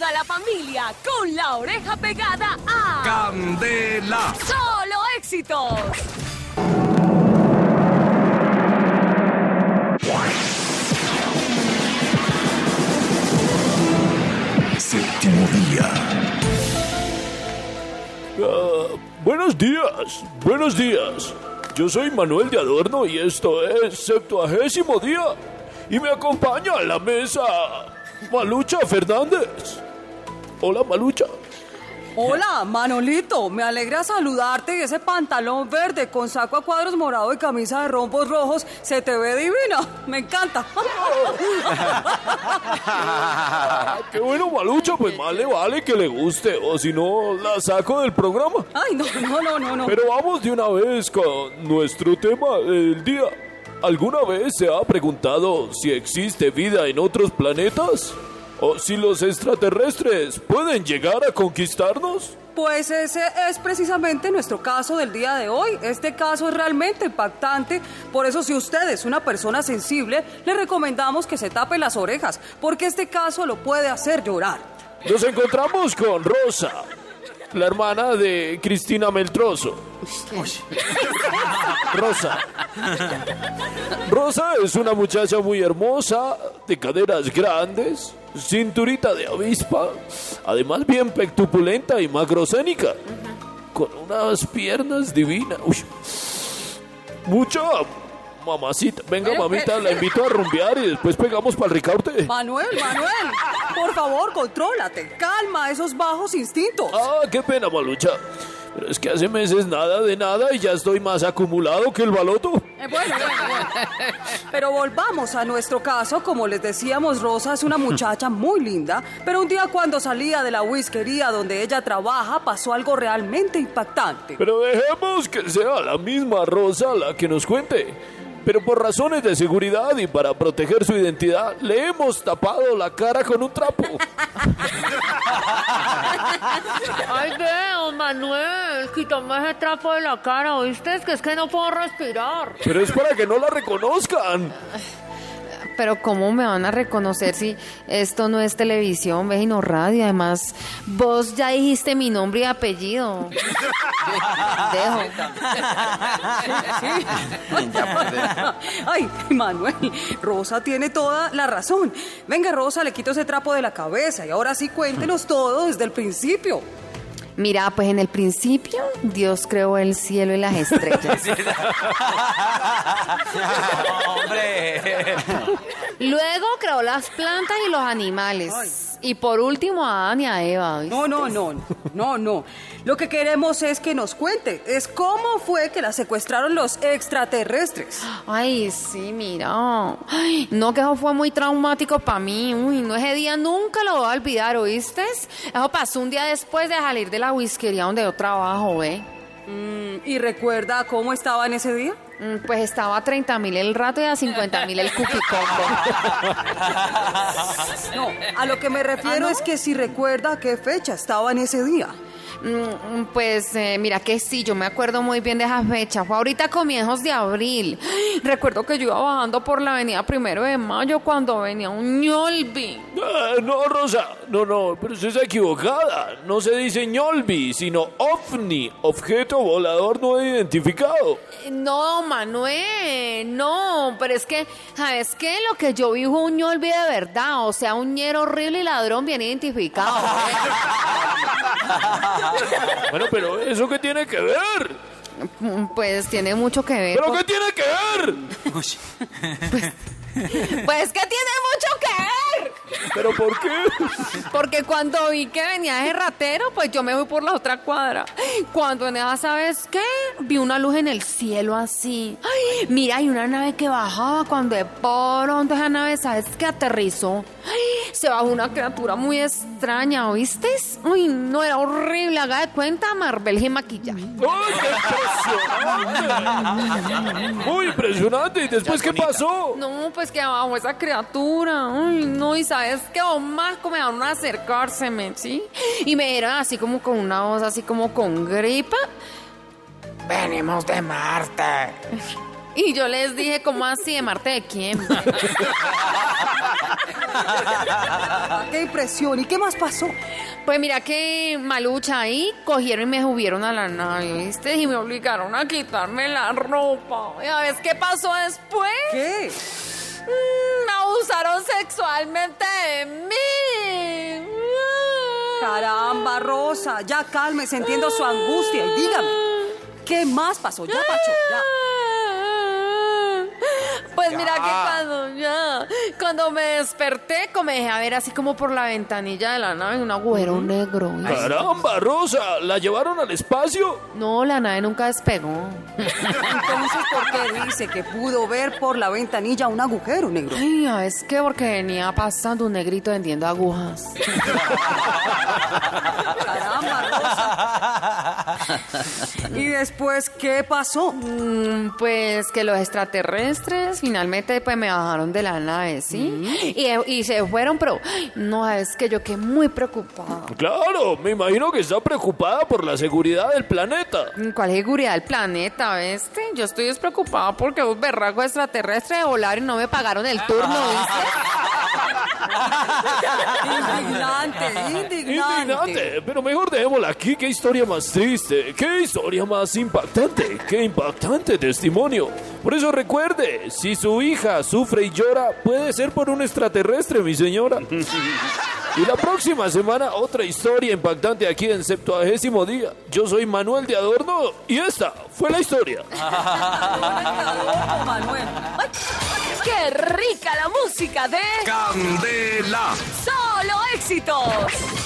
toda la familia con la oreja pegada a Candela. ¡Solo éxitos! Séptimo día. Buenos días. Yo soy Manuel de Adorno y esto es 70º día. Y me acompaña a la mesa Malucha Fernández. Hola, Malucha. Hola, Manolito, me alegra saludarte y ese pantalón verde con saco a cuadros morado y camisa de rombos rojos se te ve divino, me encanta. Qué bueno, Malucha, pues más le vale que le guste, o si no, la saco del programa. Ay, no. Pero vamos de una vez con nuestro tema del día. ¿Alguna vez se ha preguntado si existe vida en otros planetas? ¿O si los extraterrestres pueden llegar a conquistarnos? Pues ese es precisamente nuestro caso del día de hoy. Este caso es realmente impactante, por eso si usted es una persona sensible, le recomendamos que se tape las orejas, porque este caso lo puede hacer llorar. Nos encontramos con Rosa, la hermana de Cristina Meltroso. Rosa es una muchacha muy hermosa, de caderas grandes, cinturita de avispa, además bien pectupulenta y macrocénica, con unas piernas divinas. Uy, mucha mamacita. Venga, mamita, la invito a rumbear y después pegamos para el Ricaurte. Manuel, por favor, contrólate, calma esos bajos instintos. Ah, qué pena, Malucha. Pero es que hace meses nada de nada y ya estoy más acumulado que el baloto. Bueno. Pero volvamos a nuestro caso. Como les decíamos, Rosa es una muchacha muy linda, pero un día cuando salía de la whiskería donde ella trabaja, pasó algo realmente impactante. Pero dejemos que sea la misma Rosa la que nos cuente. Pero por razones de seguridad y para proteger su identidad, le hemos tapado la cara con un trapo. Ay, veo, Manuel, quítame ese trapo de la cara, ¿oíste? Es que no puedo respirar. Pero es para que no la reconozcan. Pero ¿cómo me van a reconocer si esto no es televisión, ve, y no radio? Además, vos ya dijiste mi nombre y apellido. Dejo. Sí. Ay, Manuel, Rosa tiene toda la razón. Venga, Rosa, le quito ese trapo de la cabeza y ahora sí cuéntenos todo desde el principio. Mira, pues en el principio Dios creó el cielo y las estrellas. ¡Hombre! Luego creó las plantas y los animales. Ay. Y por último a Adán y a Eva, ¿viste? No. Lo que queremos es que nos cuente, es cómo fue que la secuestraron los extraterrestres. Ay, sí, mira. Ay, no, que eso fue muy traumático para mí. Uy, no, ese día nunca lo voy a olvidar, ¿oíste? Eso pasó un día después de salir de la whiskería donde yo trabajo, ¿ve? ¿Y recuerda cómo estaba en ese día? Pues estaba a 30.000 el rato y a 50.000 el cupicombo. No, a lo que me refiero es que si recuerda qué fecha estaba en ese día. Pues mira que sí, yo me acuerdo muy bien de esa fecha. Fue ahorita a comienzos de abril. Recuerdo que yo iba bajando por la avenida 1 de Mayo cuando venía un ñolbi. No, Rosa, no, pero usted está equivocada. No se dice ñolbi, sino ovni, objeto volador no identificado. No, Manuel, no, pero es que, ¿sabes qué? Lo que yo vi fue un ñolbi de verdad, o sea, un ñero horrible y ladrón bien identificado. Bueno, pero ¿eso qué tiene que ver? Pues tiene mucho que ver. ¿Pero qué tiene que ver? Pues que tiene mucho que ver. ¿Pero por qué? Porque cuando vi que venía ese ratero, pues yo me fui por la otra cuadra. Cuando en esa, ¿sabes qué? Vi una luz en el cielo así. Ay, mira, hay una nave que bajaba. Cuando de pronto esa nave, ¿sabes qué? Aterrizó. Ay, se bajó una criatura muy extraña, ¿oíste? Uy, no, era horrible. Haga de cuenta, Marvel y maquillaje. ¡Ay, qué impresionante! Muy impresionante. ¿Y después qué pasó? No, pues que abajo esa criatura. Ay, no, y sabes que más comenzaron a acercárseme, ¿sí? Y me dieron así como con una voz, así como con gripa. Venimos de Marte. Y yo les dije, ¿cómo así? ¿De Marte de quién? ¡Qué impresión! ¿Y qué más pasó? Pues mira que malucha ahí, cogieron y me subieron a la nave, ¿viste? Y me obligaron a quitarme la ropa. ¿Sabes qué pasó después? ¿Qué? Abusaron sexualmente de mí. Caramba, Rosa, ya cálmese, entiendo su angustia y dígame, ¿qué más pasó? Ya, Pacho, ya. Pues mira que cuando me desperté, me dejé a ver así como por la ventanilla de la nave un agujero negro. ¿Viste? Caramba, Rosa, ¿la llevaron al espacio? No, la nave nunca despegó. Entonces, ¿por qué dice que pudo ver por la ventanilla un agujero negro? Ay, es que porque venía pasando un negrito vendiendo agujas. Caramba, Rosa. ¿Y después qué pasó? Pues que los extraterrestres finalmente pues me bajaron de la nave, ¿sí? Y se fueron, pero no, es que yo quedé muy preocupada. Claro, me imagino que está preocupada por la seguridad del planeta. ¿Cuál seguridad del planeta, viste? Yo estoy despreocupada porque los berracos extraterrestres de volar y no me pagaron el turno, Indignante. Indignante, pero mejor dejémosla aquí. Qué historia más triste, qué historia más impactante, qué impactante testimonio. Por eso recuerde, si su hija sufre y llora, puede ser por un extraterrestre, mi señora. Y la próxima semana, otra historia impactante aquí en 70º día. Yo soy Manuel de Adorno y esta fue la historia. Manuel. Ay. ¡Qué rica la música de Candela. Solo Éxitos!